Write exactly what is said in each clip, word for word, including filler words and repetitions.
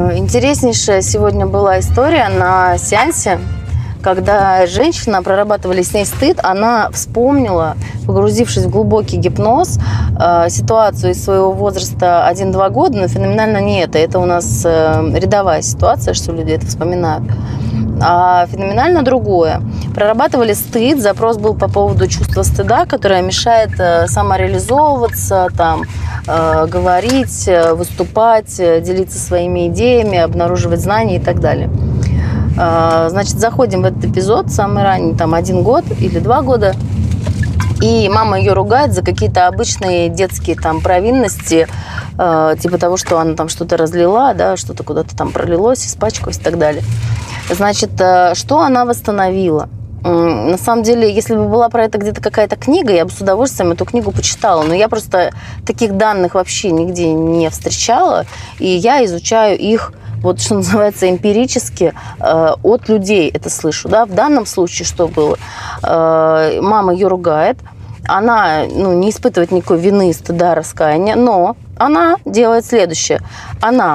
Интереснейшая сегодня была история на сеансе, когда женщина, прорабатывали с ней стыд, она вспомнила, погрузившись в глубокий гипноз, ситуацию из своего возраста один-два года, но феноменально не это. Это у нас рядовая ситуация, что люди это вспоминают. А феноменально другое. Прорабатывали стыд, запрос был по поводу чувства стыда, которое мешает самореализовываться, там, э, говорить, выступать, делиться своими идеями, обнаруживать знания и так далее. Э, значит, заходим в этот эпизод, самый ранний, там, один год или два года, и мама ее ругает за какие-то обычные детские там провинности, э, типа того, что она там что-то разлила, да, что-то куда-то там пролилось, испачкалось и так далее. Значит, что она восстановила? На самом деле, если бы была про это где-то какая-то книга, я бы с удовольствием эту книгу почитала. Но я просто таких данных вообще нигде не встречала. И я изучаю их, вот что называется, эмпирически от людей это слышу. Да? В данном случае что было? Мама ее ругает. Она ну, не испытывает никакой вины, стыда, раскаяния. Но она делает следующее. Она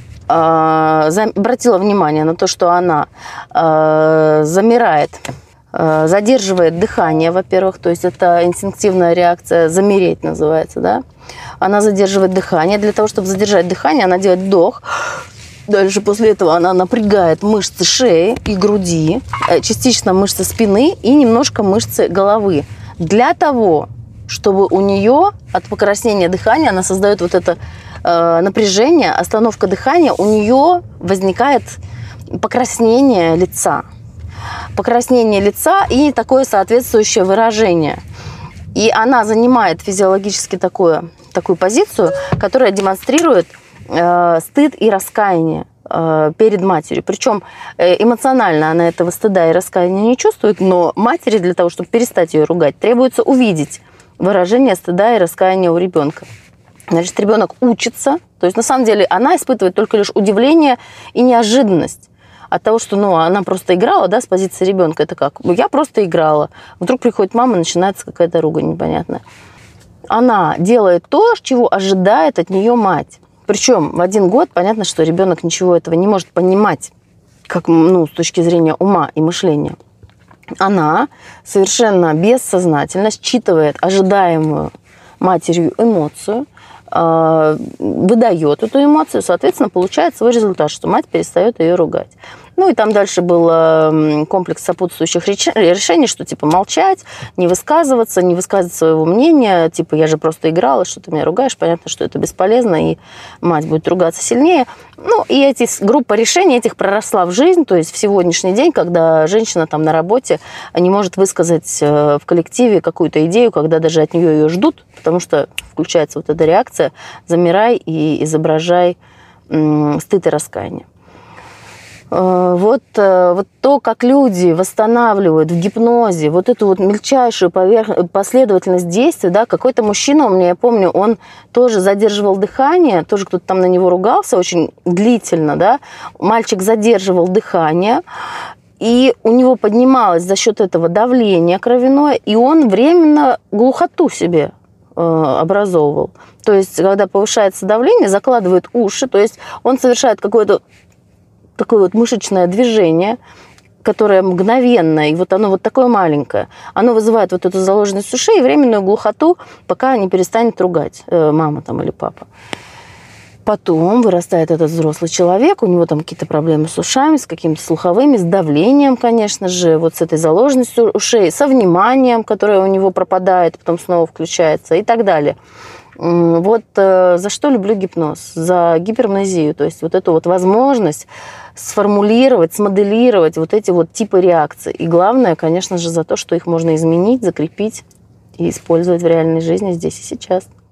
обратила внимание на то, что она э, замирает, э, задерживает дыхание, во-первых, то есть это инстинктивная реакция, замереть называется, да. Она задерживает дыхание. Для того, чтобы задержать дыхание, она делает вдох. Дальше после этого она напрягает мышцы шеи и груди, частично мышцы спины и немножко мышцы головы. Для того, чтобы у нее от покраснения дыхания она создает вот это э, напряжение, остановка дыхания, у нее возникает покраснение лица. Покраснение лица и такое соответствующее выражение. И она занимает физиологически такую, такую позицию, которая демонстрирует э, стыд и раскаяние э, перед матерью. Причем э, эмоционально она этого стыда и раскаяния не чувствует, но матери для того, чтобы перестать ее ругать, требуется увидеть выражение стыда и раскаяния у ребенка. Значит, ребенок учится, то есть на самом деле она испытывает только лишь удивление и неожиданность от того, что ну, она просто играла, да, с позиции ребенка. Это как? Я просто играла. Вдруг приходит мама, начинается какая-то ругань непонятная. Она делает то, чего ожидает от нее мать. Причем в один год понятно, что ребенок ничего этого не может понимать, как, ну, с точки зрения ума и мышления. Она совершенно бессознательно считывает ожидаемую матерью эмоцию, выдает эту эмоцию, соответственно, получает свой результат, что мать перестает ее ругать. Ну и там дальше был комплекс сопутствующих решений, что типа молчать, не высказываться, не высказывать своего мнения, типа я же просто играла, что ты меня ругаешь, понятно, что это бесполезно, и мать будет ругаться сильнее. Ну и эти, группа решений этих проросла в жизнь, то есть в сегодняшний день, когда женщина там на работе не может высказать в коллективе какую-то идею, когда даже от нее ее ждут, потому что включается вот эта реакция «замирай и изображай стыд и раскаяние». Вот, вот то, как люди восстанавливают в гипнозе вот эту вот мельчайшую поверх... последовательность действий, да, какой-то мужчина у меня, я помню, он тоже задерживал дыхание, тоже кто-то там на него ругался очень длительно, да, мальчик задерживал дыхание, и у него поднималось за счет этого давление кровяное, и он временно глухоту себе э, образовывал. То есть, когда повышается давление, закладывает уши, то есть он совершает какое-то такое вот мышечное движение, которое мгновенное, и вот оно вот такое маленькое, оно вызывает вот эту заложенность ушей и временную глухоту, пока не перестанет ругать э, мама там или папа. Потом вырастает этот взрослый человек, у него там какие-то проблемы с ушами, с какими-то слуховыми, с давлением, конечно же, вот с этой заложенностью ушей, со вниманием, которое у него пропадает, потом снова включается и так далее. Вот э, за что люблю гипноз? За гипермнезию, то есть вот эту вот возможность сформулировать, смоделировать вот эти вот типы реакций. И главное, конечно же, за то, что их можно изменить, закрепить и использовать в реальной жизни здесь и сейчас.